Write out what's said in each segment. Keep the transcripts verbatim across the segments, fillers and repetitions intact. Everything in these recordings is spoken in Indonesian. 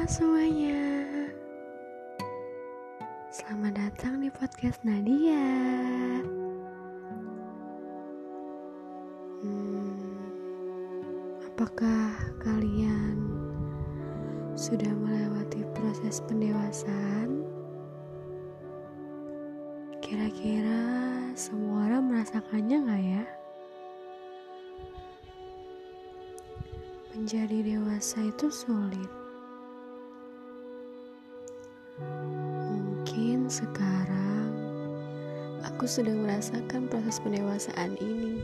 semuanya, selamat datang di podcast Nadia. hmm, Apakah kalian sudah melewati proses pendewasaan? Kira-kira semua orang merasakannya gak ya? Menjadi dewasa itu sulit. Mungkin sekarang aku sedang merasakan proses pendewasaan ini.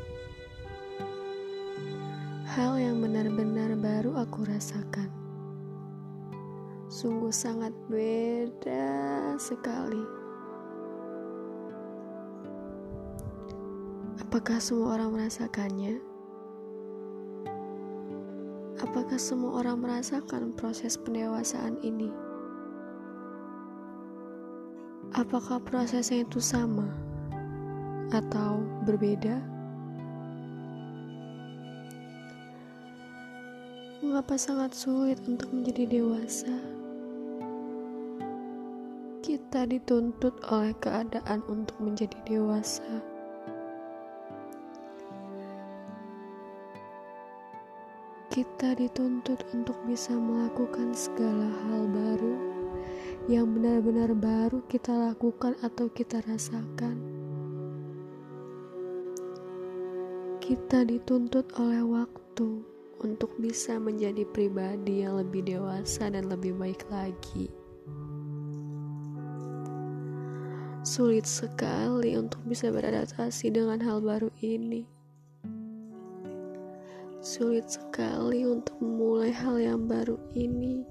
Hal yang benar-benar baru aku rasakan. Sungguh sangat beda sekali. Apakah semua orang merasakannya? Apakah semua orang merasakan proses pendewasaan ini? Apakah prosesnya itu sama atau berbeda? Mengapa sangat sulit untuk menjadi dewasa? Kita dituntut oleh keadaan untuk menjadi dewasa. Kita dituntut untuk bisa melakukan segala hal baru yang benar-benar baru kita lakukan atau kita rasakan. Kita dituntut oleh waktu untuk bisa menjadi pribadi yang lebih dewasa dan lebih baik lagi. Sulit sekali untuk bisa beradaptasi dengan hal baru ini. Sulit sekali untuk memulai hal yang baru ini.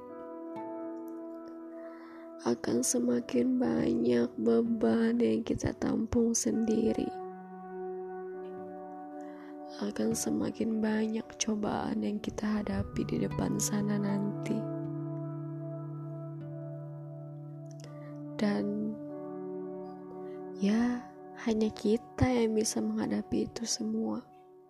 Akan semakin banyak beban yang kita tampung sendiri. Akan semakin banyak cobaan yang kita hadapi di depan sana nanti. Dan ya, hanya kita yang bisa menghadapi itu semua.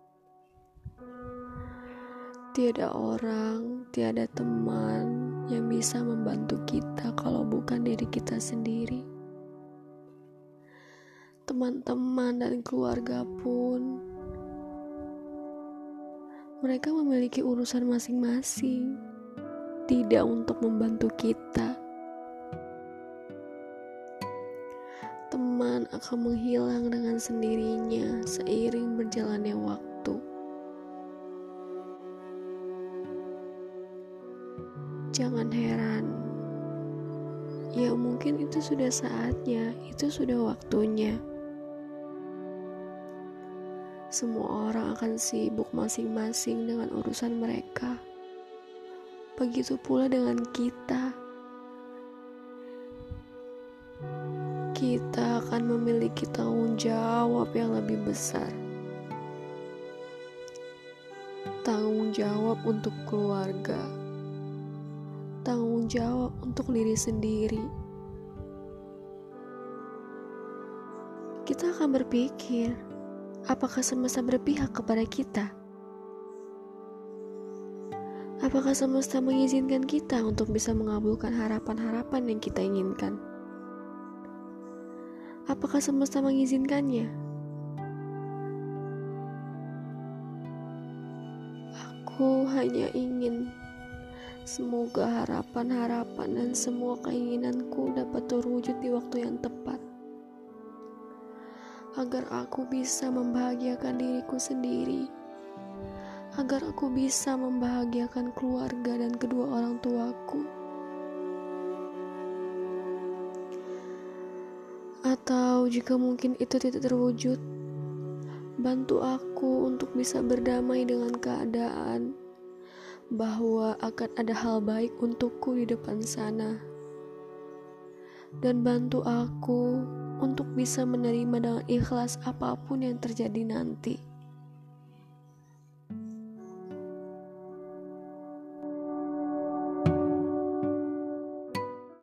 Tiada orang, tiada teman yang bisa membantu kita kalau bukan diri kita sendiri. Teman-teman dan keluarga pun, mereka memiliki urusan masing-masing, tidak untuk membantu kita. Teman akan menghilang dengan sendirinya seiring berjalannya waktu. Jangan heran, ya mungkin itu sudah saatnya, itu sudah waktunya. Semua orang akan sibuk masing-masing dengan urusan mereka. Begitu pula dengan kita. Kita akan memiliki tanggung jawab yang lebih besar. Tanggung jawab untuk keluarga. Tanggung jawab untuk diri sendiri. Kita akan berpikir, apakah semesta berpihak kepada kita? Apakah semesta mengizinkan kita untuk bisa mengabulkan harapan-harapan yang kita inginkan? Apakah semesta mengizinkannya? Aku hanya ingin semoga harapan-harapan dan semua keinginanku dapat terwujud di waktu yang tepat. Agar aku bisa membahagiakan diriku sendiri. Agar aku bisa membahagiakan keluarga dan kedua orang tuaku. Atau jika mungkin itu tidak terwujud, bantu aku untuk bisa berdamai dengan keadaan bahwa akan ada hal baik untukku di depan sana. Dan bantu aku untuk bisa menerima dengan ikhlas apapun yang terjadi nanti.